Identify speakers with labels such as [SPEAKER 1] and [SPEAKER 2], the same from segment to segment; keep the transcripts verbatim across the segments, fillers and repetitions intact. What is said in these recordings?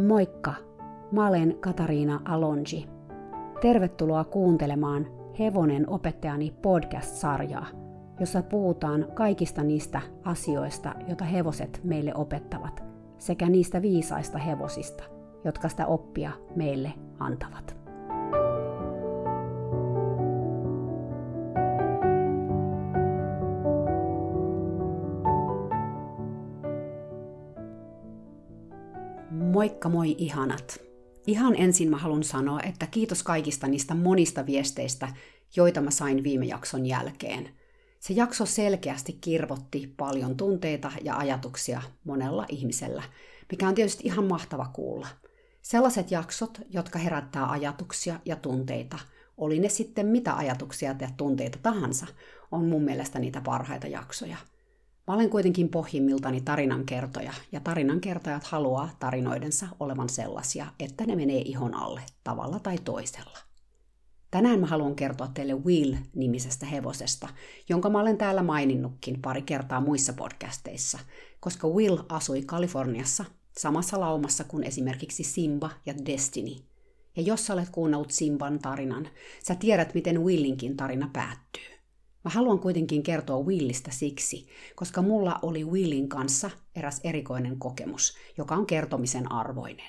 [SPEAKER 1] Moikka! Mä olen Katariina Alonji. Tervetuloa kuuntelemaan Hevonen opettajani podcast-sarjaa, jossa puhutaan kaikista niistä asioista, joita hevoset meille opettavat, sekä niistä viisaista hevosista, jotka sitä oppia meille antavat. Moikka moi ihanat! Ihan ensin mä haluan sanoa, että kiitos kaikista niistä monista viesteistä, joita mä sain viime jakson jälkeen. Se jakso selkeästi kirvotti paljon tunteita ja ajatuksia monella ihmisellä, mikä on tietysti ihan mahtava kuulla. Sellaiset jaksot, jotka herättää ajatuksia ja tunteita, oli ne sitten mitä ajatuksia ja tunteita tahansa, on mun mielestä niitä parhaita jaksoja. Mä olen kuitenkin pohjimmiltani tarinankertoja, ja tarinankertojat haluaa tarinoidensa olevan sellaisia, että ne menee ihon alle tavalla tai toisella. Tänään mä haluan kertoa teille Will-nimisestä hevosesta, jonka mä olen täällä maininnutkin pari kertaa muissa podcasteissa, koska Will asui Kaliforniassa samassa laumassa kuin esimerkiksi Simba ja Destiny. Ja jos sä olet kuunnellut Simban tarinan, sä tiedät, miten Willinkin tarina päättyy. Mä haluan kuitenkin kertoa Willistä siksi, koska mulla oli Willin kanssa eräs erikoinen kokemus, joka on kertomisen arvoinen.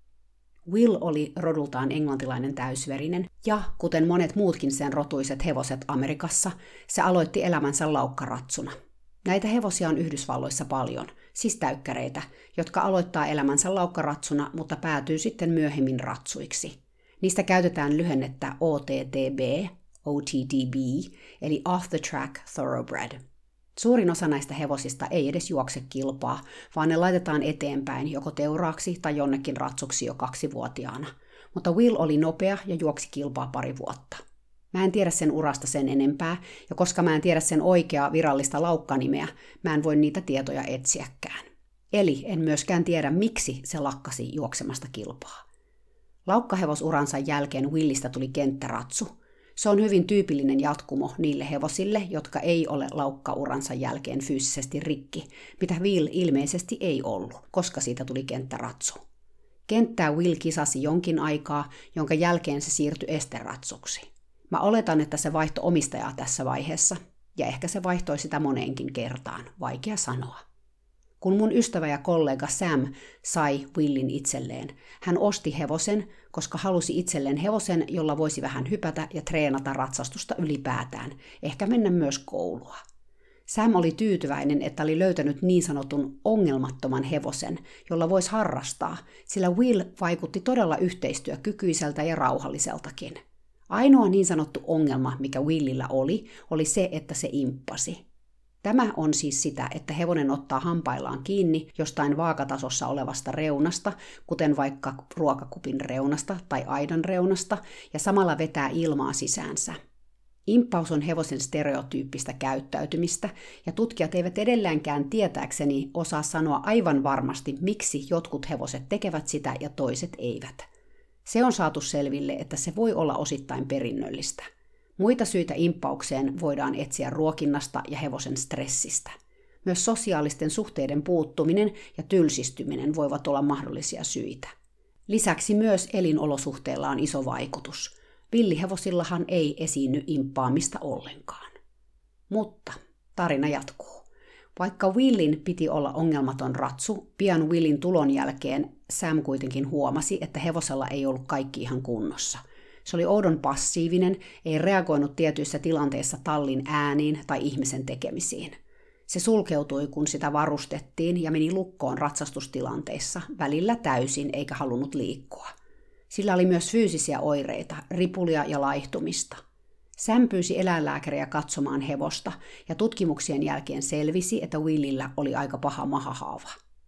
[SPEAKER 1] Will oli rodultaan englantilainen täysverinen, ja kuten monet muutkin sen rotuiset hevoset Amerikassa, se aloitti elämänsä laukkaratsuna. Näitä hevosia on Yhdysvalloissa paljon, siis täykkäreitä, jotka aloittaa elämänsä laukkaratsuna, mutta päätyy sitten myöhemmin ratsuiksi. Niistä käytetään lyhennettä O T T B, O T T B, eli Off the Track Thoroughbred. Suurin osa näistä hevosista ei edes juokse kilpaa, vaan ne laitetaan eteenpäin joko teuraaksi tai jonnekin ratsuksi jo kaksivuotiaana. Mutta Will oli nopea ja juoksi kilpaa pari vuotta. Mä en tiedä sen urasta sen enempää, ja koska mä en tiedä sen oikeaa virallista laukkanimeä, mä en voi niitä tietoja etsiäkään. Eli en myöskään tiedä, miksi se lakkasi juoksemasta kilpaa. Laukkahevosuransa jälkeen Willistä tuli kenttäratsu. Se on hyvin tyypillinen jatkumo niille hevosille, jotka ei ole laukkauransa jälkeen fyysisesti rikki, mitä Will ilmeisesti ei ollut, koska siitä tuli kenttäratsu. Kenttää Will kisasi jonkin aikaa, jonka jälkeen se siirtyi esteratsuksi. Mä oletan, että se vaihtoi omistajaa tässä vaiheessa, ja ehkä se vaihtoi sitä moneenkin kertaan, vaikea sanoa. Kun mun ystävä ja kollega Sam sai Willin itselleen, hän osti hevosen, koska halusi itselleen hevosen, jolla voisi vähän hypätä ja treenata ratsastusta ylipäätään, ehkä mennä myös koulua. Sam oli tyytyväinen, että oli löytänyt niin sanotun ongelmattoman hevosen, jolla voisi harrastaa, sillä Will vaikutti todella yhteistyökykyiseltä ja rauhalliseltakin. Ainoa niin sanottu ongelma, mikä Willillä oli, oli se, että se imppasi. Tämä on siis sitä, että hevonen ottaa hampaillaan kiinni jostain vaakatasossa olevasta reunasta, kuten vaikka ruokakupin reunasta tai aidan reunasta, ja samalla vetää ilmaa sisäänsä. Imppaus on hevosen stereotyyppistä käyttäytymistä, ja tutkijat eivät edelleenkään tietääkseni osaa sanoa aivan varmasti, miksi jotkut hevoset tekevät sitä ja toiset eivät. Se on saatu selville, että se voi olla osittain perinnöllistä. Muita syitä imppaukseen voidaan etsiä ruokinnasta ja hevosen stressistä. Myös sosiaalisten suhteiden puuttuminen ja tylsistyminen voivat olla mahdollisia syitä. Lisäksi myös elinolosuhteilla on iso vaikutus. Villihevosillahan ei esiinny imppaamista ollenkaan. Mutta tarina jatkuu. Vaikka Willin piti olla ongelmaton ratsu, pian Willin tulon jälkeen Sam kuitenkin huomasi, että hevosella ei ollut kaikki ihan kunnossa. Se oli oudon passiivinen, ei reagoinut tietyissä tilanteissa tallin ääniin tai ihmisen tekemisiin. Se sulkeutui, kun sitä varustettiin ja meni lukkoon ratsastustilanteissa, välillä täysin eikä halunnut liikkua. Sillä oli myös fyysisiä oireita, ripulia ja laihtumista. Sam pyysi eläinlääkäriä katsomaan hevosta ja tutkimuksien jälkeen selvisi, että Willillä oli aika paha mahahaava.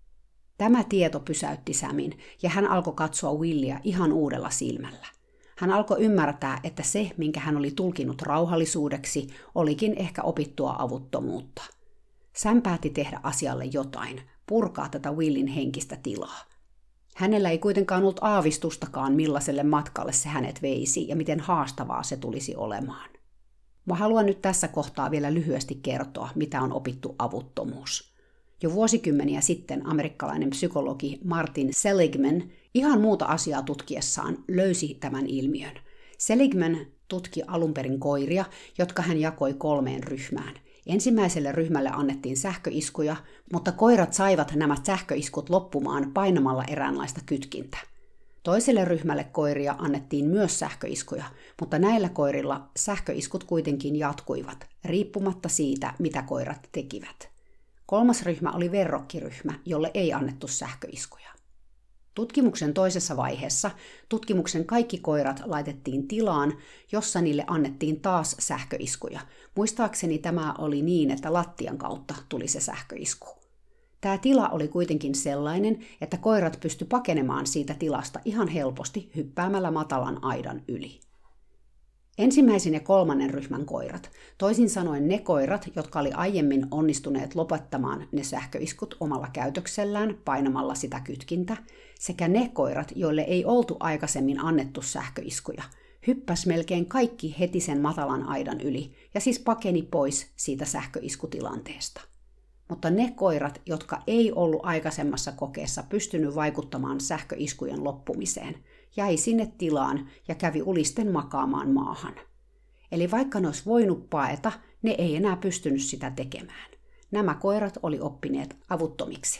[SPEAKER 1] Tämä tieto pysäytti Samin ja hän alkoi katsoa Willia ihan uudella silmällä. Hän alkoi ymmärtää, että se, minkä hän oli tulkinut rauhallisuudeksi, olikin ehkä opittua avuttomuutta. Sam päätti tehdä asialle jotain, purkaa tätä Willin henkistä tilaa. Hänellä ei kuitenkaan ollut aavistustakaan, millaiselle matkalle se hänet veisi ja miten haastavaa se tulisi olemaan. Mä haluan nyt tässä kohtaa vielä lyhyesti kertoa, mitä on opittu avuttomuus. Jo vuosikymmeniä sitten amerikkalainen psykologi Martin Seligman ihan muuta asiaa tutkiessaan löysi tämän ilmiön. Seligman tutki alun perin koiria, jotka hän jakoi kolmeen ryhmään. Ensimmäiselle ryhmälle annettiin sähköiskuja, mutta koirat saivat nämä sähköiskut loppumaan painamalla eräänlaista kytkintä. Toiselle ryhmälle koiria annettiin myös sähköiskuja, mutta näillä koirilla sähköiskut kuitenkin jatkuivat, riippumatta siitä, mitä koirat tekivät. Kolmas ryhmä oli verrokkiryhmä, jolle ei annettu sähköiskuja. Tutkimuksen toisessa vaiheessa tutkimuksen kaikki koirat laitettiin tilaan, jossa niille annettiin taas sähköiskuja. Muistaakseni tämä oli niin, että lattian kautta tuli se sähköisku. Tämä tila oli kuitenkin sellainen, että koirat pysty pakenemaan siitä tilasta ihan helposti hyppäämällä matalan aidan yli. Ensimmäisen ja kolmannen ryhmän koirat, toisin sanoen ne koirat, jotka oli aiemmin onnistuneet lopettamaan ne sähköiskut omalla käytöksellään painamalla sitä kytkintä, sekä ne koirat, joille ei oltu aikaisemmin annettu sähköiskuja, hyppäs melkein kaikki heti sen matalan aidan yli ja siis pakeni pois siitä sähköiskutilanteesta. Mutta ne koirat, jotka ei ollut aikaisemmassa kokeessa pystynyt vaikuttamaan sähköiskujen loppumiseen, jäi sinne tilaan ja kävi ulisten makaamaan maahan. Eli vaikka ne olisi voinut paeta, ne ei enää pystynyt sitä tekemään. Nämä koirat oli oppineet avuttomiksi.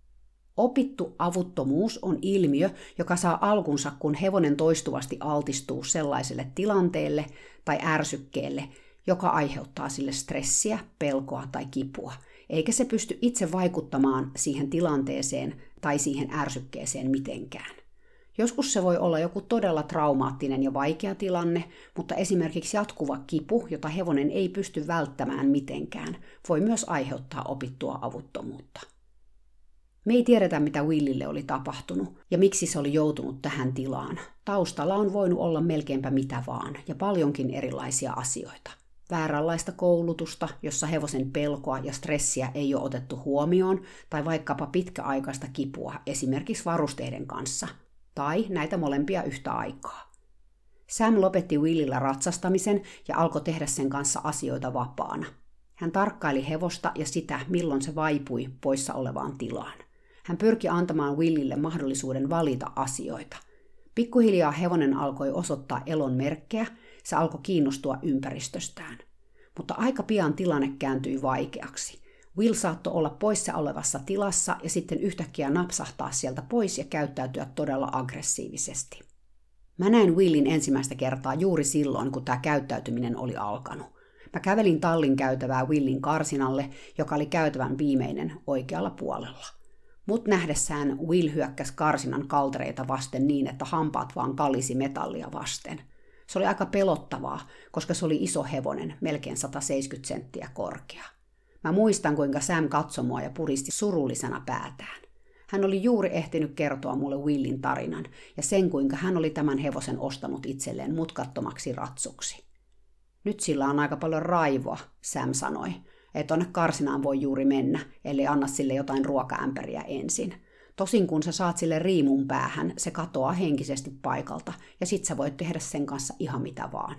[SPEAKER 1] Opittu avuttomuus on ilmiö, joka saa alkunsa, kun hevonen toistuvasti altistuu sellaiselle tilanteelle tai ärsykkeelle, joka aiheuttaa sille stressiä, pelkoa tai kipua, eikä se pysty itse vaikuttamaan siihen tilanteeseen tai siihen ärsykkeeseen mitenkään. Joskus se voi olla joku todella traumaattinen ja vaikea tilanne, mutta esimerkiksi jatkuva kipu, jota hevonen ei pysty välttämään mitenkään, voi myös aiheuttaa opittua avuttomuutta. Me ei tiedetä, mitä Willille oli tapahtunut ja miksi se oli joutunut tähän tilaan. Taustalla on voinut olla melkeinpä mitä vaan ja paljonkin erilaisia asioita. Vääränlaista koulutusta, jossa hevosen pelkoa ja stressiä ei ole otettu huomioon, tai vaikkapa pitkäaikaista kipua esimerkiksi varusteiden kanssa, tai näitä molempia yhtä aikaa. Sam lopetti Willillä ratsastamisen ja alkoi tehdä sen kanssa asioita vapaana. Hän tarkkaili hevosta ja sitä, milloin se vaipui poissa olevaan tilaan. Hän pyrki antamaan Willille mahdollisuuden valita asioita. Pikkuhiljaa hevonen alkoi osoittaa elon merkkejä, se alkoi kiinnostua ympäristöstään. Mutta aika pian tilanne kääntyi vaikeaksi. Will saattoi olla poissa olevassa tilassa ja sitten yhtäkkiä napsahtaa sieltä pois ja käyttäytyä todella aggressiivisesti. Mä näin Willin ensimmäistä kertaa juuri silloin, kun tämä käyttäytyminen oli alkanut. Mä kävelin tallin käytävää Willin karsinalle, joka oli käytävän viimeinen oikealla puolella. Mut nähdessään Will hyökkäsi karsinan kaltereita vasten niin, että hampaat vaan kalisi metallia vasten. Se oli aika pelottavaa, koska se oli iso hevonen, melkein sata seitsemänkymmentä senttiä korkea. Mä muistan, kuinka Sam katsoi mua ja puristi surullisena päätään. Hän oli juuri ehtinyt kertoa mulle Willin tarinan ja sen, kuinka hän oli tämän hevosen ostanut itselleen mutkattomaksi ratsuksi. Nyt sillä on aika paljon raivoa, Sam sanoi. Ei tonne karsinaan voi juuri mennä, ellei anna sille jotain ruokaämpäriä ensin. Tosin kun sä saat sille riimun päähän, se katoaa henkisesti paikalta ja sit sä voit tehdä sen kanssa ihan mitä vaan.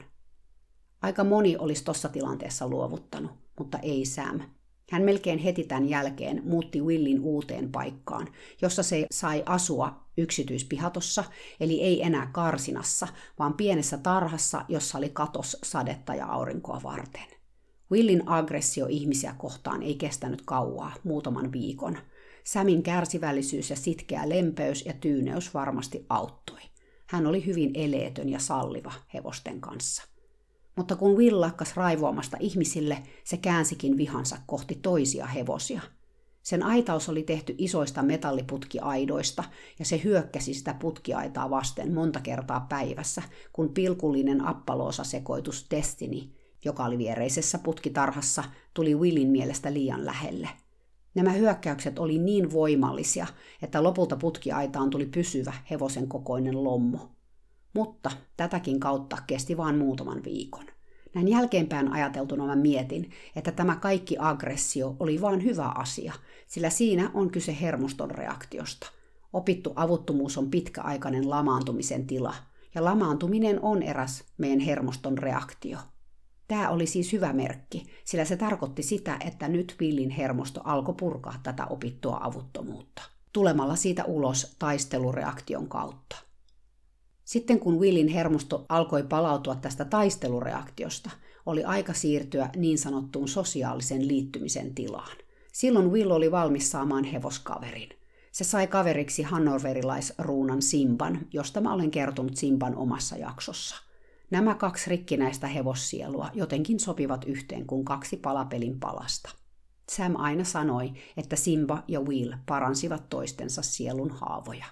[SPEAKER 1] Aika moni olisi tossa tilanteessa luovuttanut, mutta ei Sam. Hän melkein heti tämän jälkeen muutti Willin uuteen paikkaan, jossa se sai asua yksityispihatossa, eli ei enää karsinassa, vaan pienessä tarhassa, jossa oli katos sadetta ja aurinkoa varten. Willin aggressio ihmisiä kohtaan ei kestänyt kauaa, muutaman viikon. Samin kärsivällisyys ja sitkeä lempeys ja tyyneys varmasti auttoi. Hän oli hyvin eleetön ja salliva hevosten kanssa. Mutta kun Will lakkas raivoamasta ihmisille, se käänsikin vihansa kohti toisia hevosia. Sen aitaus oli tehty isoista metalliputkiaidoista ja se hyökkäsi sitä putkiaitaa vasten monta kertaa päivässä, kun pilkullinen appaloosa-sekoitus Destiny, joka oli viereisessä putkitarhassa, tuli Willin mielestä liian lähelle. Nämä hyökkäykset oli niin voimallisia, että lopulta putkiaitaan tuli pysyvä hevosen kokoinen lommo. Mutta tätäkin kautta kesti vain muutaman viikon. Näin jälkeenpäin ajateltuna mä mietin, että tämä kaikki aggressio oli vain hyvä asia, sillä siinä on kyse hermoston reaktiosta. Opittu avuttomuus on pitkäaikainen lamaantumisen tila, ja lamaantuminen on eräs meidän hermoston reaktio. Tämä oli siis hyvä merkki, sillä se tarkoitti sitä, että nyt Willin hermosto alkoi purkaa tätä opittua avuttomuutta, tulemalla siitä ulos taistelureaktion kautta. Sitten kun Willin hermosto alkoi palautua tästä taistelureaktiosta, oli aika siirtyä niin sanottuun sosiaalisen liittymisen tilaan. Silloin Will oli valmis saamaan hevoskaverin. Se sai kaveriksi hannoverilaisruunan Simban, josta mä olen kertonut Simban omassa jaksossa. Nämä kaksi rikkinäistä hevossielua jotenkin sopivat yhteen kuin kaksi palapelin palasta. Sam aina sanoi, että Simba ja Will paransivat toistensa sielun haavoja.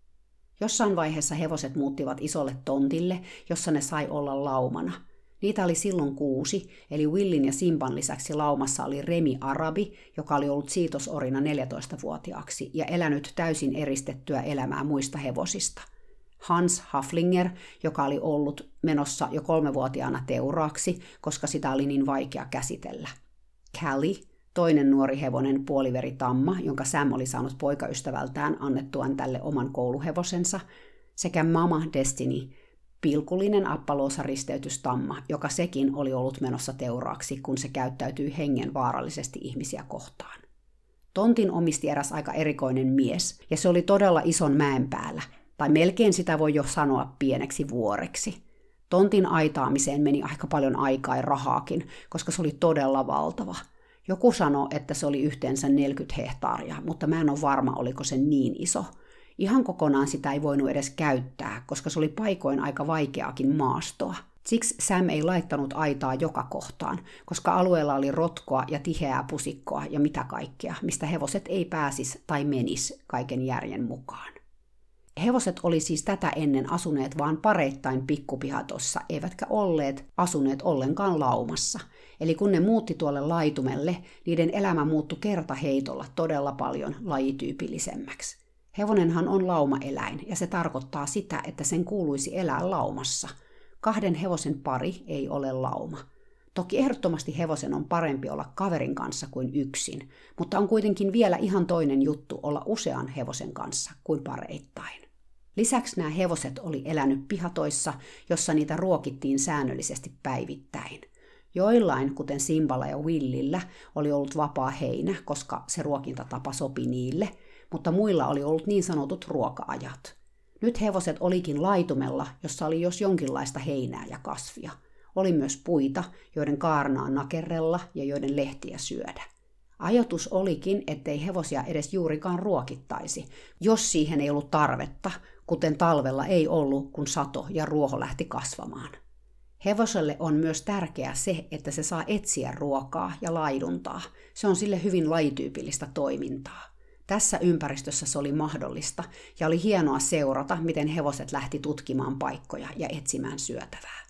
[SPEAKER 1] Jossain vaiheessa hevoset muuttivat isolle tontille, jossa ne sai olla laumana. Niitä oli silloin kuusi, eli Willin ja Simban lisäksi laumassa oli Remi Arabi, joka oli ollut siitosorina neljätoistavuotiaaksi ja elänyt täysin eristettyä elämää muista hevosista. Hans Haflinger, joka oli ollut menossa jo kolmevuotiaana teuraaksi, koska sitä oli niin vaikea käsitellä. Callie, toinen nuori hevonen puoliveritamma, jonka Sam oli saanut poikaystävältään annettuaan tälle oman kouluhevosensa, sekä Mama Destiny, pilkullinen appaloosa-risteytystamma, joka sekin oli ollut menossa teuraaksi, kun se käyttäytyi hengenvaarallisesti ihmisiä kohtaan. Tontin omisti eräs aika erikoinen mies, ja se oli todella ison mäen päällä, tai melkein sitä voi jo sanoa pieneksi vuoreksi. Tontin aitaamiseen meni aika paljon aikaa ja rahaakin, koska se oli todella valtava. Joku sanoi, että se oli yhteensä neljäkymmentä hehtaaria, mutta mä en ole varma, oliko se niin iso. Ihan kokonaan sitä ei voinut edes käyttää, koska se oli paikoin aika vaikeakin maastoa. Siksi Sam ei laittanut aitaa joka kohtaan, koska alueella oli rotkoa ja tiheää pusikkoa ja mitä kaikkea, mistä hevoset ei pääsisi tai menisi kaiken järjen mukaan. Hevoset oli siis tätä ennen asuneet vaan pareittain pikkupihatossa, eivätkä olleet asuneet ollenkaan laumassa. Eli kun ne muutti tuolle laitumelle, niiden elämä muuttui kertaheitolla todella paljon lajityypillisemmäksi. Hevonenhan on laumaeläin, ja se tarkoittaa sitä, että sen kuuluisi elää laumassa. Kahden hevosen pari ei ole lauma. Toki ehdottomasti hevosen on parempi olla kaverin kanssa kuin yksin, mutta on kuitenkin vielä ihan toinen juttu olla usean hevosen kanssa kuin pareittain. Lisäksi nämä hevoset oli elänyt pihatoissa, jossa niitä ruokittiin säännöllisesti päivittäin. Joillain, kuten Simballa ja Willillä, oli ollut vapaa heinä, koska se ruokintatapa sopi niille, mutta muilla oli ollut niin sanotut ruoka-ajat. Nyt hevoset olikin laitumella, jossa oli jos jonkinlaista heinää ja kasvia. Oli myös puita, joiden kaarnaa nakerrella ja joiden lehtiä syödä. Ajatus olikin, ettei hevosia edes juurikaan ruokittaisi, jos siihen ei ollut tarvetta, kuten talvella ei ollut, kun sato ja ruoho lähti kasvamaan. Hevoselle on myös tärkeää se, että se saa etsiä ruokaa ja laiduntaa. Se on sille hyvin lajityypillistä toimintaa. Tässä ympäristössä se oli mahdollista ja oli hienoa seurata, miten hevoset lähti tutkimaan paikkoja ja etsimään syötävää.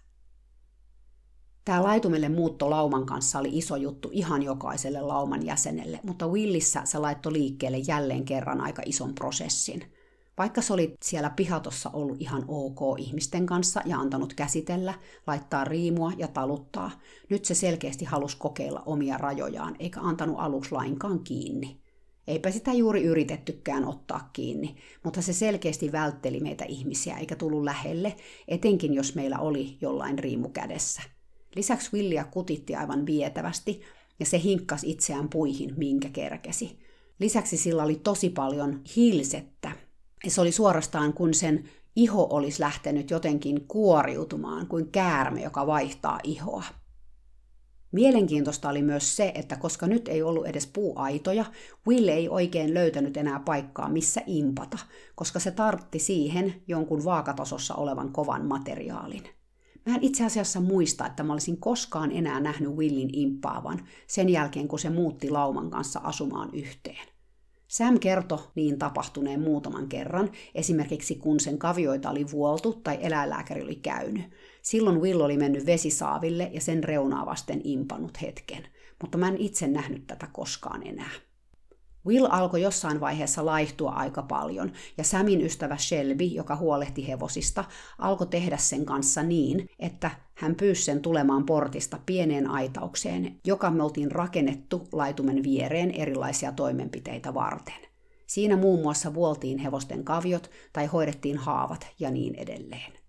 [SPEAKER 1] Tämä laitumelle muutto lauman kanssa oli iso juttu ihan jokaiselle lauman jäsenelle, mutta Willissä se laittoi liikkeelle jälleen kerran aika ison prosessin. Vaikka se oli siellä pihatossa ollut ihan ok ihmisten kanssa ja antanut käsitellä, laittaa riimua ja taluttaa, nyt se selkeästi halusi kokeilla omia rajojaan eikä antanut aluksi lainkaan kiinni. Eipä sitä juuri yritettykään ottaa kiinni, mutta se selkeästi vältteli meitä ihmisiä eikä tullut lähelle, etenkin jos meillä oli jollain riimu kädessä. Lisäksi Willia kutitti aivan vietävästi ja se hinkkasi itseään puihin, minkä kerkesi. Lisäksi sillä oli tosi paljon hilsettä. Ja se oli suorastaan, kun sen iho olisi lähtenyt jotenkin kuoriutumaan kuin käärme, joka vaihtaa ihoa. Mielenkiintoista oli myös se, että koska nyt ei ollut edes puuaitoja, Will ei oikein löytänyt enää paikkaa, missä impata, koska se tartti siihen jonkun vaakatasossa olevan kovan materiaalin. Mä en itse asiassa muista, että mä olisin koskaan enää nähnyt Willin imppaavan sen jälkeen, kun se muutti lauman kanssa asumaan yhteen. Sam kertoi niin tapahtuneen muutaman kerran, esimerkiksi kun sen kavioita oli vuoltu tai eläinlääkäri oli käynyt. Silloin Will oli mennyt vesisaaville ja sen reunaa vasten impannut hetken, mutta mä en itse nähnyt tätä koskaan enää. Will alkoi jossain vaiheessa laihtua aika paljon, ja Samin ystävä Shelby, joka huolehti hevosista, alkoi tehdä sen kanssa niin, että hän pyysi sen tulemaan portista pieneen aitaukseen, joka me oltiin rakennettu laitumen viereen erilaisia toimenpiteitä varten. Siinä muun muassa vuoltiin hevosten kaviot tai hoidettiin haavat ja niin edelleen.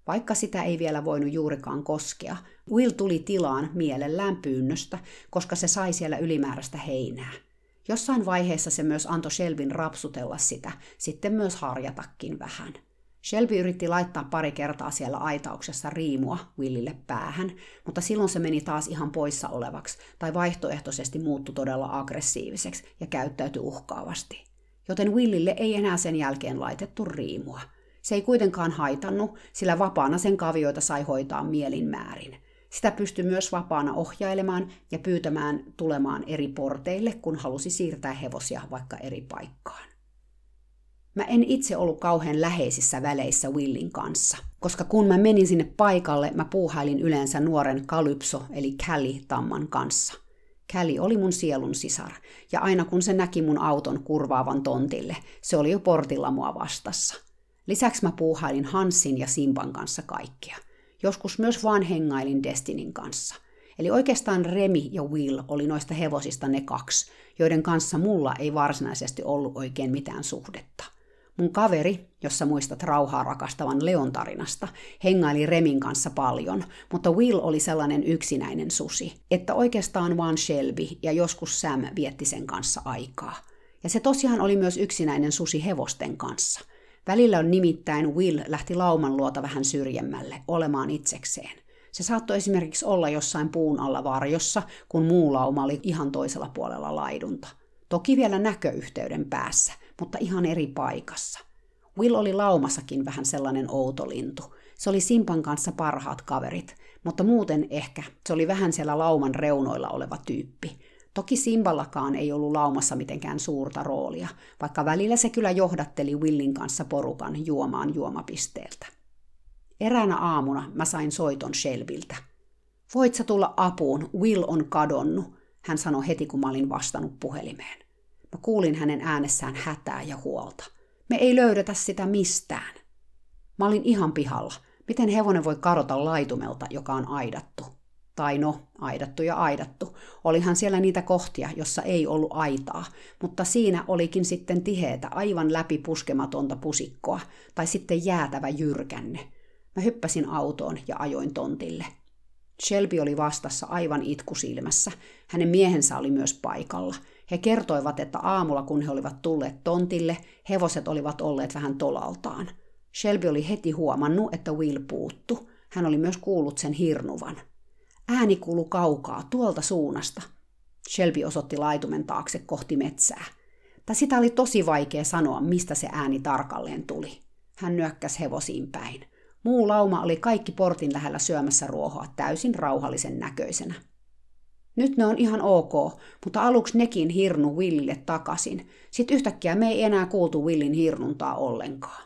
[SPEAKER 1] Vaikka sitä ei vielä voinut juurikaan koskea, Will tuli tilaan mielellään pyynnöstä, koska se sai siellä ylimääräistä heinää. Jossain vaiheessa se myös antoi Shelbyn rapsutella sitä, sitten myös harjatakin vähän. Shelby yritti laittaa pari kertaa siellä aitauksessa riimua Willille päähän, mutta silloin se meni taas ihan poissa olevaksi tai vaihtoehtoisesti muuttui todella aggressiiviseksi ja käyttäytyi uhkaavasti. Joten Willille ei enää sen jälkeen laitettu riimua. Se ei kuitenkaan haitannut, sillä vapaana sen kavioita sai hoitaa mielin määrin. Sitä pystyi myös vapaana ohjailemaan ja pyytämään tulemaan eri porteille, kun halusi siirtää hevosia vaikka eri paikkaan. Mä en itse ollut kauhean läheisissä väleissä Willin kanssa, koska kun mä menin sinne paikalle, mä puuhailin yleensä nuoren Calypso eli Callie-tamman kanssa. Callie oli mun sielun sisar, ja aina kun se näki mun auton kurvaavan tontille, se oli jo portilla mua vastassa. Lisäksi mä puuhailin Hansin ja Simban kanssa kaikkea. Joskus myös vaan hengailin Destinyn kanssa. Eli oikeastaan Remy ja Will oli noista hevosista ne kaksi, joiden kanssa mulla ei varsinaisesti ollut oikein mitään suhdetta. Mun kaveri, jossa muistat rauhaa rakastavan Leon tarinasta, hengaili Remin kanssa paljon, mutta Will oli sellainen yksinäinen susi, että oikeastaan vaan Shelby ja joskus Sam vietti sen kanssa aikaa. Ja se tosiaan oli myös yksinäinen susi hevosten kanssa. Välillä on nimittäin Will lähti lauman luota vähän syrjemmälle, olemaan itsekseen. Se saattoi esimerkiksi olla jossain puun alla varjossa, kun muu lauma oli ihan toisella puolella laidunta. Toki vielä näköyhteyden päässä, mutta ihan eri paikassa. Will oli laumassakin vähän sellainen outo lintu. Se oli Simpan kanssa parhaat kaverit, mutta muuten ehkä se oli vähän siellä lauman reunoilla oleva tyyppi. Toki Simballakaan ei ollut laumassa mitenkään suurta roolia, vaikka välillä se kyllä johdatteli Willin kanssa porukan juomaan juomapisteeltä. Eräänä aamuna mä sain soiton Shelbyltä. Voit sä tulla apuun, Will on kadonnut, hän sanoi heti kun mä olin vastannut puhelimeen. Mä kuulin hänen äänessään hätää ja huolta. Me ei löydetä sitä mistään. Mä olin ihan pihalla. Miten hevonen voi kadota laitumelta, joka on aidattu? Tai no, aidattu ja aidattu. Olihan siellä niitä kohtia, jossa ei ollut aitaa, mutta siinä olikin sitten tiheätä, aivan läpi puskematonta pusikkoa, tai sitten jäätävä jyrkänne. Mä hyppäsin autoon ja ajoin tontille. Shelby oli vastassa aivan itkusilmässä. Hänen miehensä oli myös paikalla. He kertoivat, että aamulla kun he olivat tulleet tontille, hevoset olivat olleet vähän tolaltaan. Shelby oli heti huomannut, että Will puuttu. Hän oli myös kuullut sen hirnuvan. Ääni kuului kaukaa, tuolta suunnasta. Shelby osoitti laitumen taakse kohti metsää. Tai sitä oli tosi vaikea sanoa, mistä se ääni tarkalleen tuli. Hän nyökkäsi hevosiin päin. Muu lauma oli kaikki portin lähellä syömässä ruohoa täysin rauhallisen näköisenä. Nyt ne on ihan ok, mutta aluksi nekin hirnu Willille takaisin. Sitten yhtäkkiä me ei enää kuultu Willin hirnuntaa ollenkaan.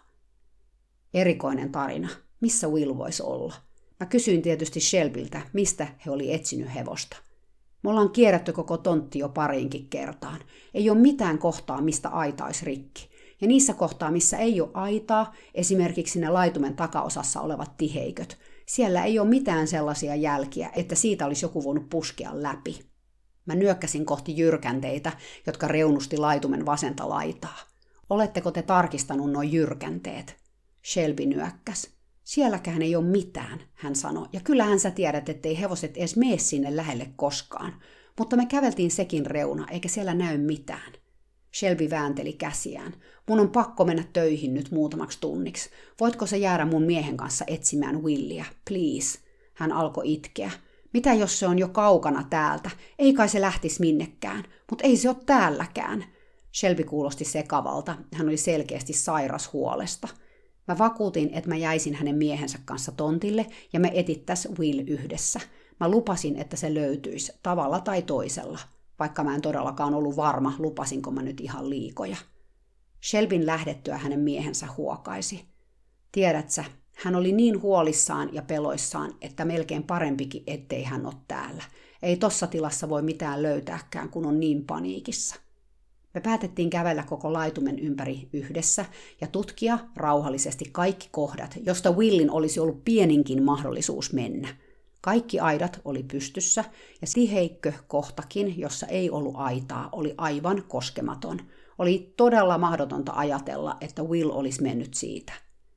[SPEAKER 1] Erikoinen tarina. Missä Will voisi olla? Mä kysyin tietysti Shelbyltä, mistä he oli etsinyt hevosta. Me ollaan kierrätty koko tontti jo pariinkin kertaan. Ei ole mitään kohtaa, mistä aita olisi rikki. Ja niissä kohtaa, missä ei ole aitaa, esimerkiksi ne laitumen takaosassa olevat tiheiköt, siellä ei ole mitään sellaisia jälkiä, että siitä olisi joku voinut puskea läpi. Mä nyökkäsin kohti jyrkänteitä, jotka reunusti laitumen vasenta laitaa. Oletteko te tarkistanut nuo jyrkänteet? Shelby nyökkäs. Sielläkään ei ole mitään, hän sanoi, ja kyllähän sä tiedät, ettei hevoset edes mene sinne lähelle koskaan. Mutta me käveltiin sekin reuna, eikä siellä näy mitään. Shelby väänteli käsiään. Mun on pakko mennä töihin nyt muutamaksi tunniksi. Voitko sä jäädä mun miehen kanssa etsimään Williä? Please. Hän alkoi itkeä. Mitä jos se on jo kaukana täältä? Ei kai se lähtisi minnekään. Mutta ei se ole täälläkään. Shelby kuulosti sekavalta. Hän oli selkeästi sairas huolesta. Mä vakuutin, että mä jäisin hänen miehensä kanssa tontille ja me etittäis Will yhdessä. Mä lupasin, että se löytyisi tavalla tai toisella. Vaikka mä en todellakaan ollut varma, lupasinko mä nyt ihan liikoja. Shelbyn lähdettyä hänen miehensä huokaisi. Tiedät sä, hän oli niin huolissaan ja peloissaan, että melkein parempikin, ettei hän ole täällä. Ei tossa tilassa voi mitään löytääkään, kun on niin paniikissa. Me päätettiin kävellä koko laitumen ympäri yhdessä ja tutkia rauhallisesti kaikki kohdat, josta Willin olisi ollut pieninkin mahdollisuus mennä. Kaikki aidat oli pystyssä ja tiheikkö kohtakin, jossa ei ollut aitaa, oli aivan koskematon. Oli todella mahdotonta ajatella, että Will olisi mennyt siitä.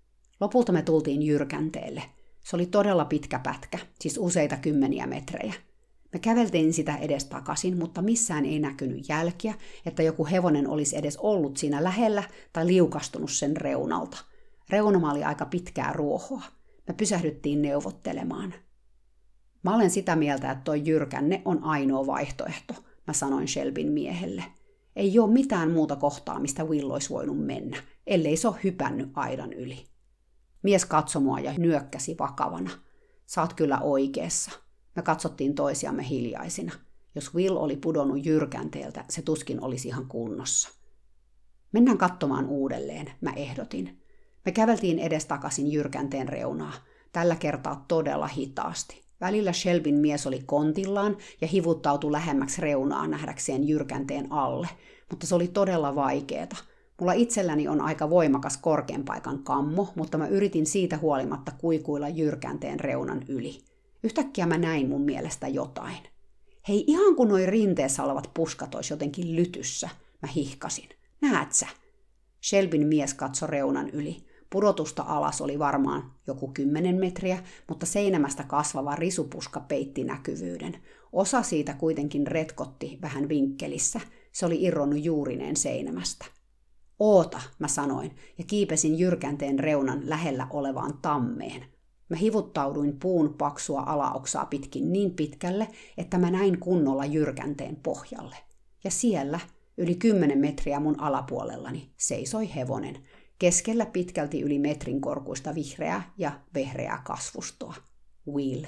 [SPEAKER 1] Lopulta me tultiin jyrkänteelle. Se oli todella pitkä pätkä, siis useita kymmeniä metrejä. Me käveltiin sitä edestakaisin, mutta missään ei näkynyt jälkiä, että joku hevonen olisi edes ollut siinä lähellä tai liukastunut sen reunalta. Reunama oli aika pitkää ruohoa. Me pysähdyttiin neuvottelemaan. Mä olen sitä mieltä, että toi jyrkänne on ainoa vaihtoehto, mä sanoin Shelbyn miehelle. Ei ole mitään muuta kohtaa, mistä Will olisi voinut mennä, ellei se ole hypännyt aidan yli. Mies katsoi mua ja nyökkäsi vakavana. Sä oot kyllä oikeassa. Me katsottiin toisiamme hiljaisina. Jos Will oli pudonnut jyrkänteeltä, se tuskin olisi ihan kunnossa. Mennään katsomaan uudelleen, mä ehdotin. Me käveltiin edestakaisin jyrkänteen reunaa, tällä kertaa todella hitaasti. Välillä Shelbyn mies oli kontillaan ja hivuttautui lähemmäksi reunaa nähdäkseen jyrkänteen alle, mutta se oli todella vaikeeta. Mulla itselläni on aika voimakas korkean paikan kammo, mutta mä yritin siitä huolimatta kuikuilla jyrkänteen reunan yli. Yhtäkkiä mä näin mun mielestä jotain. Hei, ihan kun noi rinteessä olevat puskat ois jotenkin lytyssä, mä hihkasin. Näet sä? Shelbyn mies katsoi reunan yli. Pudotusta alas oli varmaan joku kymmenen metriä, mutta seinämästä kasvava risupuska peitti näkyvyyden. Osa siitä kuitenkin retkotti vähän vinkkelissä. Se oli irronnut juurineen seinämästä. Oota, mä sanoin, ja kiipesin jyrkänteen reunan lähellä olevaan tammeen. Mä hivuttauduin puun paksua alaoksaa pitkin niin pitkälle, että mä näin kunnolla jyrkänteen pohjalle. Ja siellä, yli kymmenen metriä mun alapuolellani, seisoi hevonen, keskellä pitkälti yli metrin korkuista vihreää ja vehreää kasvustoa. Will.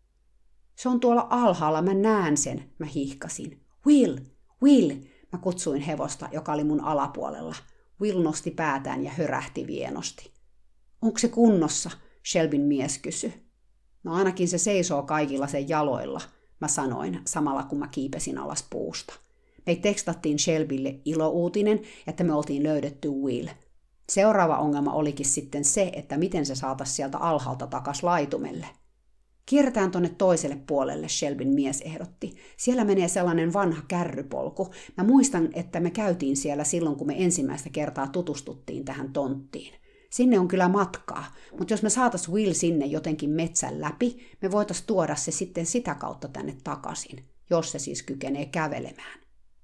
[SPEAKER 1] Se on tuolla alhaalla, mä näen sen, mä hihkasin. Will, Will, mä kutsuin hevosta, joka oli mun alapuolella. Will nosti päätään ja hörähti vienosti. Onko se kunnossa? Shelbyn mies kysyi. No ainakin se seisoo kaikilla sen jaloilla, mä sanoin, samalla kun mä kiipesin alas puusta. Me tekstattiin Shelbylle ilouutinen, että me oltiin löydetty Will. Seuraava ongelma olikin sitten se, että miten se saataisiin sieltä alhaalta takas laitumelle. Kierretään tonne toiselle puolelle, Shelbyn mies ehdotti. Siellä menee sellainen vanha kärrypolku. Mä muistan, että me käytiin siellä silloin, kun me ensimmäistä kertaa tutustuttiin tähän tonttiin. Sinne on kyllä matkaa, mutta jos me saatais Will sinne jotenkin metsän läpi, me voitais tuoda se sitten sitä kautta tänne takaisin, jos se siis kykenee kävelemään.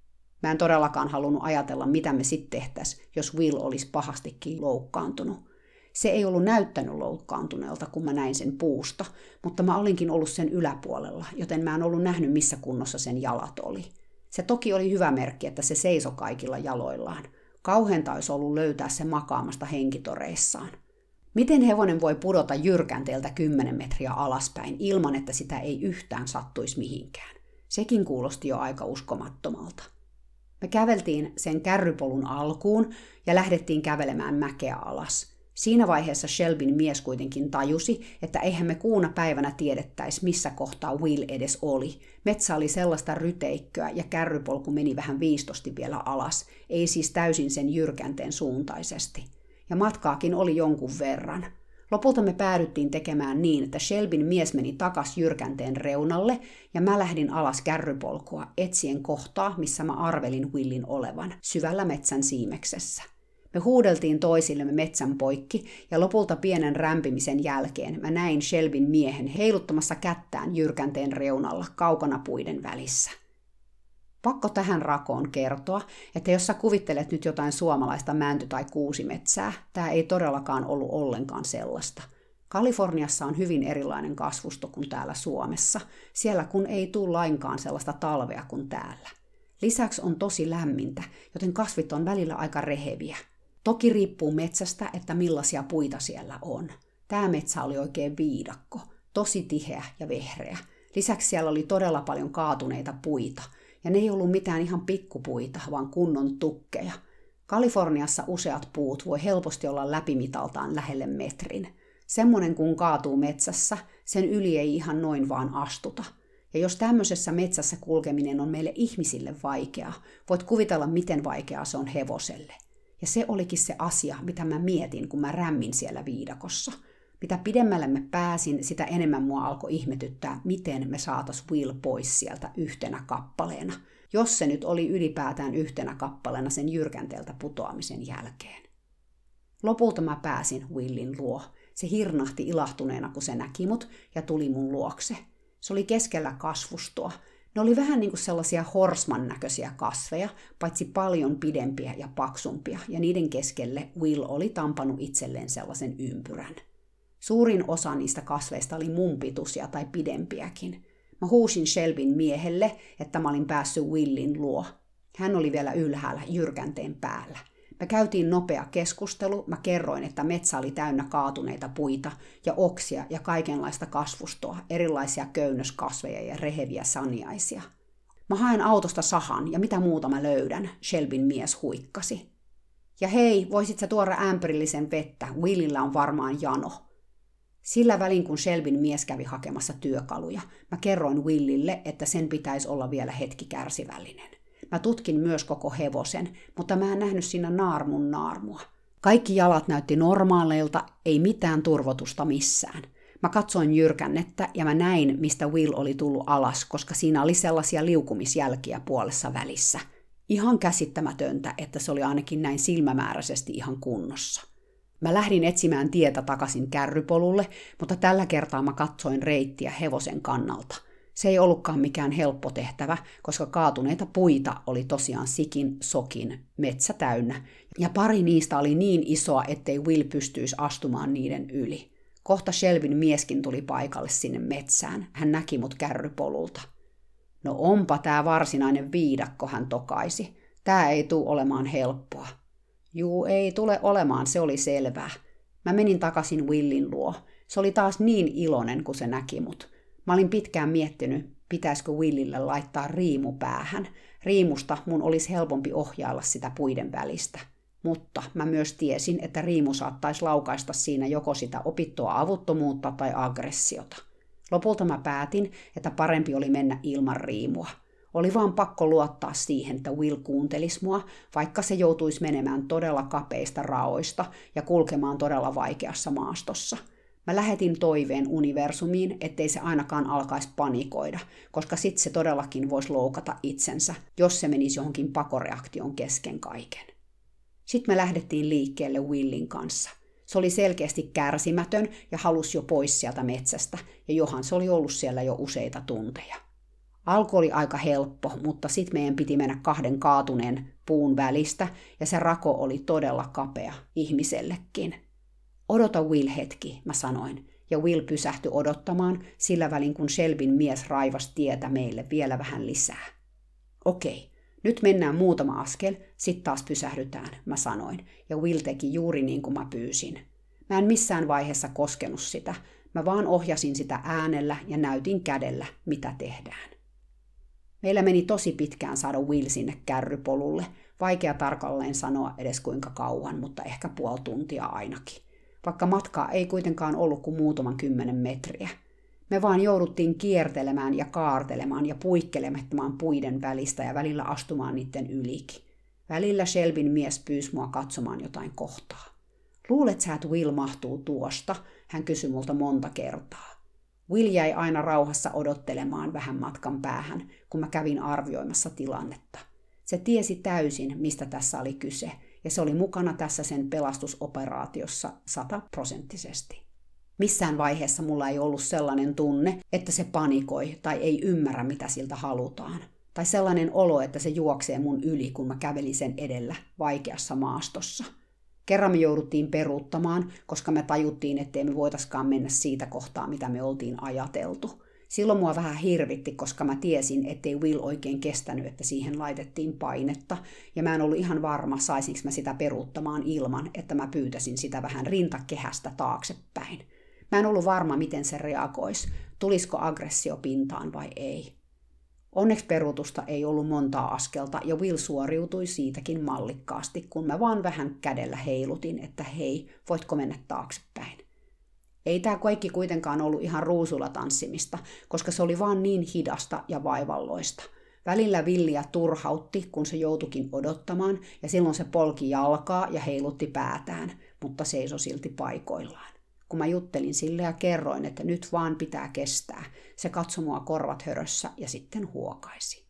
[SPEAKER 1] Mä en todellakaan halunnut ajatella, mitä me sitten tehtäisiin, jos Will olisi pahastikin loukkaantunut. Se ei ollut näyttänyt loukkaantuneelta, kun mä näin sen puusta, mutta mä olinkin ollut sen yläpuolella, joten mä en ollut nähnyt, missä kunnossa sen jalat oli. Se toki oli hyvä merkki, että se seisoi kaikilla jaloillaan. Kauheinta olisi ollut löytää se makaamasta henkitoreissaan. Miten hevonen voi pudota jyrkänteeltä kymmenen metriä alaspäin ilman, että sitä ei yhtään sattuisi mihinkään? Sekin kuulosti jo aika uskomattomalta. Me käveltiin sen kärrypolun alkuun ja lähdettiin kävelemään mäkeä alas. Siinä vaiheessa Shelbyn mies kuitenkin tajusi, että eihän me kuuna päivänä tiedettäisi, missä kohtaa Will edes oli. Metsä oli sellaista ryteikköä ja kärrypolku meni vähän viistosti vielä alas, ei siis täysin sen jyrkänteen suuntaisesti. Ja matkaakin oli jonkun verran. Lopulta me päädyttiin tekemään niin, että Shelbyn mies meni takas jyrkänteen reunalle ja mä lähdin alas kärrypolkua etsien kohtaa, missä mä arvelin Willin olevan, syvällä metsän siimeksessä. Me huudeltiin toisillemme metsän poikki ja lopulta pienen rämpimisen jälkeen mä näin Shelbyn miehen heiluttamassa kättään jyrkänteen reunalla kaukana puiden välissä. Pakko tähän rakoon kertoa, että jos sä kuvittelet nyt jotain suomalaista mänty- tai kuusimetsää, tää ei todellakaan ollut ollenkaan sellaista. Kaliforniassa on hyvin erilainen kasvusto kuin täällä Suomessa, siellä kun ei tule lainkaan sellaista talvea kuin täällä. Lisäksi on tosi lämmintä, joten kasvit on välillä aika reheviä. Toki riippuu metsästä, että millaisia puita siellä on. Tämä metsä oli oikein viidakko, tosi tiheä ja vehreä. Lisäksi siellä oli todella paljon kaatuneita puita, ja ne ei ollut mitään ihan pikkupuita, vaan kunnon tukkeja. Kaliforniassa useat puut voi helposti olla läpimitaltaan lähelle metrin. Semmoinen kun kaatuu metsässä, sen yli ei ihan noin vaan astuta. Ja jos tämmöisessä metsässä kulkeminen on meille ihmisille vaikeaa, voit kuvitella, miten vaikeaa se on hevoselle. Ja se olikin se asia, mitä mä mietin, kun mä rämmin siellä viidakossa. Mitä pidemmälle mä pääsin, sitä enemmän mua alkoi ihmetyttää, miten me saatais Will pois sieltä yhtenä kappaleena, jos se nyt oli ylipäätään yhtenä kappaleena sen jyrkänteeltä putoamisen jälkeen. Lopulta mä pääsin Willin luo. Se hirnahti ilahtuneena, kun se näki mut, ja tuli mun luokse. Se oli keskellä kasvustoa. Ne oli vähän niin kuin sellaisia horsman näköisiä kasveja, paitsi paljon pidempiä ja paksumpia, ja niiden keskelle Will oli tampannut itselleen sellaisen ympyrän. Suurin osa niistä kasveista oli mun pituisia tai pidempiäkin. Mä huusin Shelbyn miehelle, että mä olin päässyt Willin luo. Hän oli vielä ylhäällä jyrkänteen päällä. Me käytiin nopea keskustelu, mä kerroin, että metsä oli täynnä kaatuneita puita ja oksia ja kaikenlaista kasvustoa, erilaisia köynnöskasveja ja reheviä saniaisia. Mä haen autosta sahan ja mitä muuta mä löydän, Shelbyn mies huikkasi. Ja hei, voisit sä tuoda ämpärillisen vettä, Willillä on varmaan jano. Sillä välin kun Shelbyn mies kävi hakemassa työkaluja, mä kerroin Willille, että sen pitäisi olla vielä hetki kärsivällinen. Mä tutkin myös koko hevosen, mutta mä en nähnyt siinä naarmun naarmua. Kaikki jalat näytti normaaleilta, ei mitään turvotusta missään. Mä katsoin jyrkännettä ja mä näin, mistä Will oli tullut alas, koska siinä oli sellaisia liukumisjälkiä puolessa välissä. Ihan käsittämätöntä, että se oli ainakin näin silmämääräisesti ihan kunnossa. Mä lähdin etsimään tietä takaisin kärrypolulle, mutta tällä kertaa mä katsoin reittiä hevosen kannalta. Se ei ollutkaan mikään helppo tehtävä, koska kaatuneita puita oli tosiaan sikin sokin metsä täynnä, ja pari niistä oli niin isoa, ettei Will pystyisi astumaan niiden yli. Kohta Shelbyn mieskin tuli paikalle sinne metsään. Hän näki mut kärrypolulta. No onpa tää varsinainen viidakko, hän tokaisi. Tää ei tule olemaan helppoa. Juu, ei tule olemaan, se oli selvää. Mä menin takaisin Willin luo. Se oli taas niin iloinen, kun se näki mut. Mä olin pitkään miettinyt, pitäisikö Willille laittaa riimu päähän. Riimusta mun olisi helpompi ohjailla sitä puiden välistä. Mutta mä myös tiesin, että riimu saattaisi laukaista siinä joko sitä opittua avuttomuutta tai aggressiota. Lopulta mä päätin, että parempi oli mennä ilman riimua. Oli vaan pakko luottaa siihen, että Will kuuntelisi mua, vaikka se joutuisi menemään todella kapeista raoista ja kulkemaan todella vaikeassa maastossa. Mä lähetin toiveen universumiin, ettei se ainakaan alkaisi panikoida, koska sit se todellakin voisi loukata itsensä, jos se menisi johonkin pakoreaktion kesken kaiken. Sitten me lähdettiin liikkeelle Willin kanssa. Se oli selkeästi kärsimätön ja halusi jo pois sieltä metsästä, ja johan se oli ollut siellä jo useita tunteja. Alku oli aika helppo, mutta sitten meidän piti mennä kahden kaatuneen puun välistä, ja se rako oli todella kapea ihmisellekin. Odota Will hetki, mä sanoin, ja Will pysähtyi odottamaan, sillä välin kun Shelbyn mies raivasi tietä meille vielä vähän lisää. Okei, nyt mennään muutama askel, sit taas pysähdytään, mä sanoin, ja Will teki juuri niin kuin mä pyysin. Mä en missään vaiheessa koskenut sitä, mä vaan ohjasin sitä äänellä ja näytin kädellä, mitä tehdään. Meillä meni tosi pitkään saada Will sinne kärrypolulle, vaikea tarkalleen sanoa edes kuinka kauan, mutta ehkä puoli tuntia ainakin. Vaikka matkaa ei kuitenkaan ollut kuin muutaman kymmenen metriä. Me vaan jouduttiin kiertelemään ja kaartelemaan ja puikkelemaan puiden välistä ja välillä astumaan niiden ylikin. Välillä Shelbyn mies pyysi mua katsomaan jotain kohtaa. Luulet sä, että Will mahtuu tuosta? Hän kysyi multa monta kertaa. Will jäi aina rauhassa odottelemaan vähän matkan päähän, kun mä kävin arvioimassa tilannetta. Se tiesi täysin, mistä tässä oli kyse, ja se oli mukana tässä sen pelastusoperaatiossa sataprosenttisesti. Missään vaiheessa mulla ei ollut sellainen tunne, että se panikoi tai ei ymmärrä, mitä siltä halutaan. Tai sellainen olo, että se juoksee mun yli, kun mä kävelin sen edellä vaikeassa maastossa. Kerran me jouduttiin peruuttamaan, koska me tajuttiin, ettei me voitaskaan mennä siitä kohtaa, mitä me oltiin ajateltu. Silloin mua vähän hirvitti, koska mä tiesin, ettei Will oikein kestänyt, että siihen laitettiin painetta, ja mä en ollut ihan varma, saisinko mä sitä peruuttamaan ilman, että mä pyytäisin sitä vähän rintakehästä taaksepäin. Mä en ollut varma, miten se reagoisi, tulisiko aggressio pintaan vai ei. Onneksi peruutusta ei ollut montaa askelta, ja Will suoriutui siitäkin mallikkaasti, kun mä vaan vähän kädellä heilutin, että hei, voitko mennä taaksepäin. Ei tämä kaikki kuitenkaan ollut ihan ruusulla tanssimista, koska se oli vaan niin hidasta ja vaivalloista. Välillä Williä turhautti, kun se joutuikin odottamaan, ja silloin se polki jalkaa ja heilutti päätään, mutta seisoi silti paikoillaan. Kun mä juttelin sille ja kerroin, että nyt vaan pitää kestää, se katsoi mua korvat hörössä ja sitten huokaisi.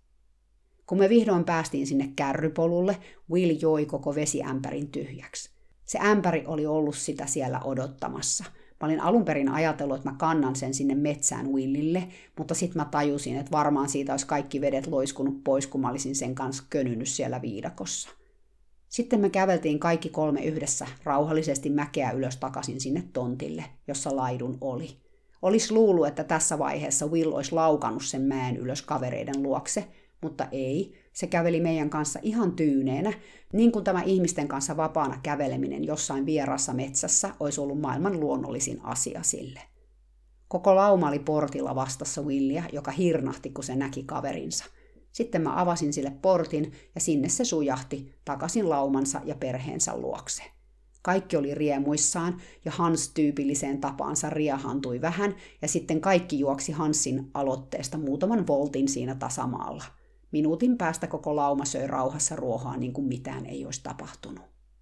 [SPEAKER 1] Kun me vihdoin päästiin sinne kärrypolulle, Will joi koko vesiämpärin tyhjäksi. Se ämpäri oli ollut sitä siellä odottamassa. Mä olin alun perin ajatellut, että mä kannan sen sinne metsään Willille, mutta sitten mä tajusin, että varmaan siitä olisi kaikki vedet loiskunut pois, kun mä olisin sen kanssa könynyt siellä viidakossa. Sitten me käveltiin kaikki kolme yhdessä rauhallisesti mäkeä ylös takaisin sinne tontille, jossa laidun oli. Olis luullut, että tässä vaiheessa Will olisi laukannut sen mäen ylös kavereiden luokse, mutta ei. Se käveli meidän kanssa ihan tyyneenä, niin kuin tämä ihmisten kanssa vapaana käveleminen jossain vieraassa metsässä olisi ollut maailman luonnollisin asia sille. Koko lauma oli portilla vastassa Willia, joka hirnahti, kun se näki kaverinsa. Sitten mä avasin sille portin ja sinne se sujahti takaisin laumansa ja perheensä luokse. Kaikki oli riemuissaan ja Hans tyypilliseen tapaansa riehantui vähän ja sitten kaikki juoksi Hansin aloitteesta muutaman voltin siinä tasamaalla. Minuutin päästä koko lauma söi rauhassa ruohaa niin kuin mitään ei olisi tapahtunut.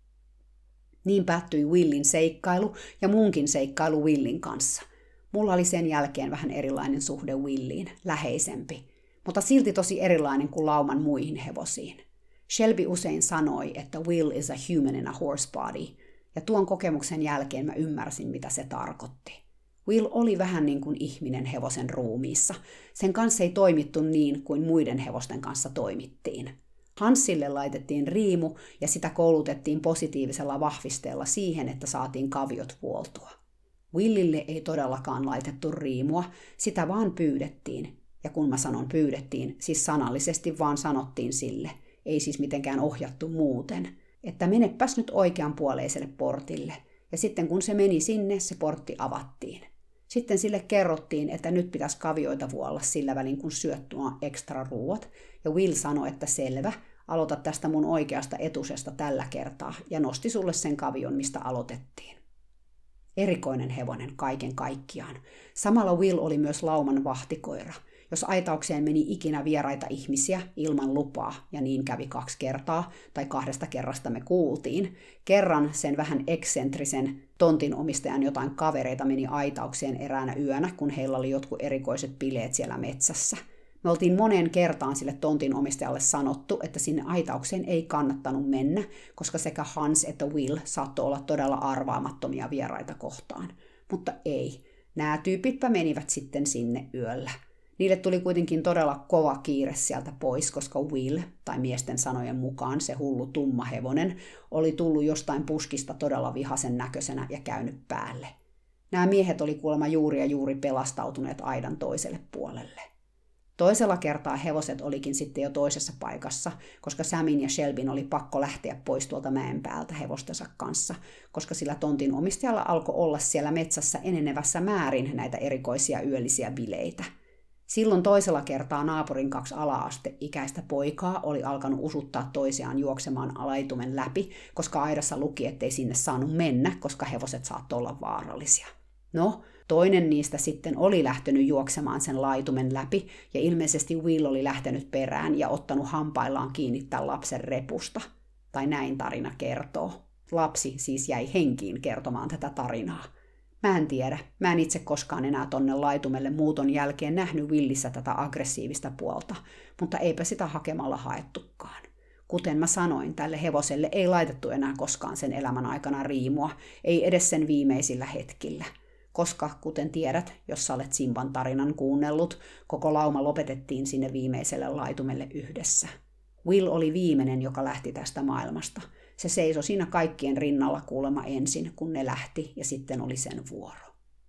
[SPEAKER 1] Niin päättyi Willin seikkailu ja munkin seikkailu Willin kanssa. Mulla oli sen jälkeen vähän erilainen suhde Williin, läheisempi, mutta silti tosi erilainen kuin lauman muihin hevosiin. Shelby usein sanoi, että Will is a human in a horse body, ja tuon kokemuksen jälkeen mä ymmärsin, mitä se tarkoitti. Will oli vähän niin kuin ihminen hevosen ruumiissa. Sen kanssa ei toimittu niin kuin muiden hevosten kanssa toimittiin. Hansille laitettiin riimu ja sitä koulutettiin positiivisella vahvisteella siihen, että saatiin kaviot vuoltua. Willille ei todellakaan laitettu riimua, sitä vaan pyydettiin. Ja kun mä sanon pyydettiin, siis sanallisesti vaan sanottiin sille, ei siis mitenkään ohjattu muuten, että menepäs nyt oikeanpuoleiselle portille. Ja sitten kun se meni sinne, se portti avattiin. Sitten sille kerrottiin, että nyt pitäisi kavioita vuolla sillä välin, kun syöt nuo ekstra ruuat. Ja Will sanoi, että selvä, aloita tästä mun oikeasta etusesta tällä kertaa, ja nosti sulle sen kavion, mistä aloitettiin. Erikoinen hevonen kaiken kaikkiaan. Samalla Will oli myös lauman vahtikoira. Jos aitaukseen meni ikinä vieraita ihmisiä ilman lupaa, ja niin kävi kaksi kertaa, tai kahdesta kerrasta me kuultiin, kerran sen vähän eksentrisen tontinomistajan jotain kavereita meni aitaukseen eräänä yönä, kun heillä oli jotkut erikoiset bileet siellä metsässä. Me oltiin moneen kertaan sille tontinomistajalle sanottu, että sinne aitaukseen ei kannattanut mennä, koska sekä Hans että Will saattoi olla todella arvaamattomia vieraita kohtaan. Mutta ei, nämä tyypitpä menivät sitten sinne yöllä. Niille tuli kuitenkin todella kova kiire sieltä pois, koska Will, tai miesten sanojen mukaan se hullu tumma hevonen, oli tullut jostain puskista todella vihasen näköisenä ja käynyt päälle. Nämä miehet oli kuulemma juuri ja juuri pelastautuneet aidan toiselle puolelle. Toisella kertaa hevoset olikin sitten jo toisessa paikassa, koska Samin ja Shelbyn oli pakko lähteä pois tuolta mäen päältä hevostensa kanssa, koska sillä tontin omistajalla alkoi olla siellä metsässä enenevässä määrin näitä erikoisia yöllisiä bileitä. Silloin toisella kertaa naapurin kaksi ala-asteikäistä poikaa oli alkanut usuttaa toisiaan juoksemaan alaitumen läpi, koska aidassa luki, ettei sinne saanut mennä, koska hevoset saattoi olla vaarallisia. No, toinen niistä sitten oli lähtenyt juoksemaan sen laitumen läpi, ja ilmeisesti Will oli lähtenyt perään ja ottanut hampaillaan kiinni tämän lapsen repusta. Tai näin tarina kertoo. Lapsi siis jäi henkiin kertomaan tätä tarinaa. Mä en tiedä, mä en itse koskaan enää tonne laitumelle muuton jälkeen nähnyt Willissä tätä aggressiivista puolta, mutta eipä sitä hakemalla haettukaan. Kuten mä sanoin, tälle hevoselle ei laitettu enää koskaan sen elämän aikana riimua, ei edes sen viimeisillä hetkillä. Koska, kuten tiedät, jos sä olet Simban tarinan kuunnellut, koko lauma lopetettiin sinne viimeiselle laitumelle yhdessä. Will oli viimeinen, joka lähti tästä maailmasta. Se seisoi siinä kaikkien rinnalla kuulemma ensin, kun ne lähti, ja sitten oli sen vuoro.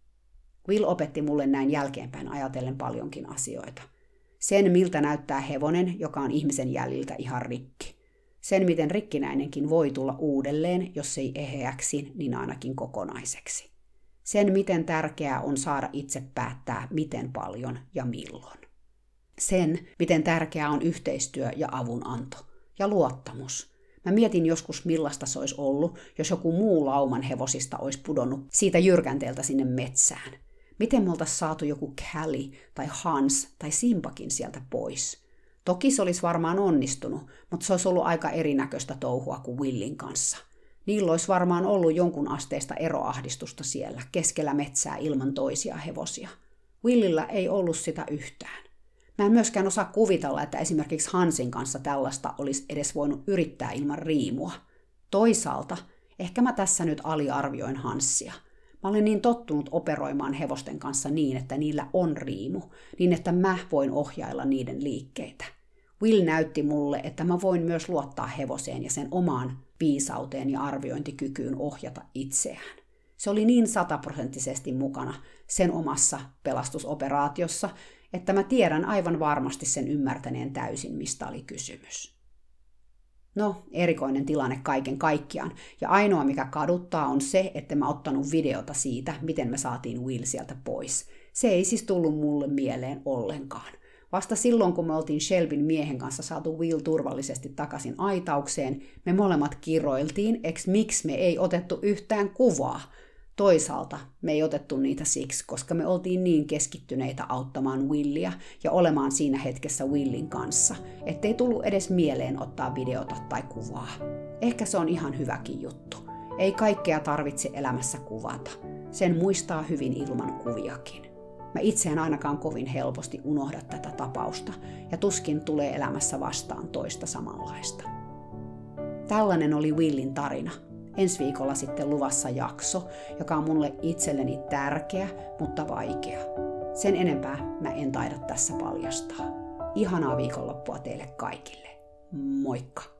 [SPEAKER 1] Will opetti mulle näin jälkeenpäin ajatellen paljonkin asioita. Sen, miltä näyttää hevonen, joka on ihmisen jäljiltä ihan rikki. Sen, miten rikkinäinenkin voi tulla uudelleen, jos ei eheäksi, niin ainakin kokonaiseksi. Sen, miten tärkeää on saada itse päättää, miten paljon ja milloin. Sen, miten tärkeää on yhteistyö ja avunanto. Ja luottamus. Mä mietin joskus, millaista se olisi ollut, jos joku muu lauman hevosista olisi pudonnut siitä jyrkänteeltä sinne metsään. Miten me oltaisiin saatu joku Callie tai Hans tai Simpakin sieltä pois? Toki se olisi varmaan onnistunut, mutta se olisi ollut aika erinäköistä touhua kuin Willin kanssa. Niillä olisi varmaan ollut jonkun asteista eroahdistusta siellä, keskellä metsää ilman toisia hevosia. Willillä ei ollut sitä yhtään. Mä en myöskään osaa kuvitella, että esimerkiksi Hansin kanssa tällaista olisi edes voinut yrittää ilman riimua. Toisaalta, ehkä mä tässä nyt aliarvioin Hansia. Mä Mä olen niin tottunut operoimaan hevosten kanssa niin, että niillä on riimu, niin että mä voin ohjailla niiden liikkeitä. Will näytti mulle, että mä voin myös luottaa hevoseen ja sen omaan viisauteen ja arviointikykyyn ohjata itseään. Se oli niin sataprosenttisesti mukana sen omassa pelastusoperaatiossa, että mä tiedän aivan varmasti sen ymmärtäneen täysin, mistä oli kysymys. No, erikoinen tilanne kaiken kaikkiaan, ja ainoa mikä kaduttaa on se, että mä ottanut videota siitä, miten me saatiin Will sieltä pois. Se ei siis tullut mulle mieleen ollenkaan. Vasta silloin, kun me oltiin Shelbyn miehen kanssa saatu Will turvallisesti takaisin aitaukseen, me molemmat kiroiltiin, eks miksi me ei otettu yhtään kuvaa. Toisaalta me ei otettu niitä siksi, koska me oltiin niin keskittyneitä auttamaan Willia ja olemaan siinä hetkessä Willin kanssa, ettei tullut edes mieleen ottaa videota tai kuvaa. Ehkä se on ihan hyväkin juttu. Ei kaikkea tarvitse elämässä kuvata. Sen muistaa hyvin ilman kuviakin. Mä itse en ainakaan kovin helposti unohda tätä tapausta, ja tuskin tulee elämässä vastaan toista samanlaista. Tällainen oli Willin tarina. Ensi viikolla sitten luvassa jakso, joka on mulle itselleni tärkeä, mutta vaikea. Sen enempää mä en taida tässä paljastaa. Ihanaa viikonloppua teille kaikille. Moikka!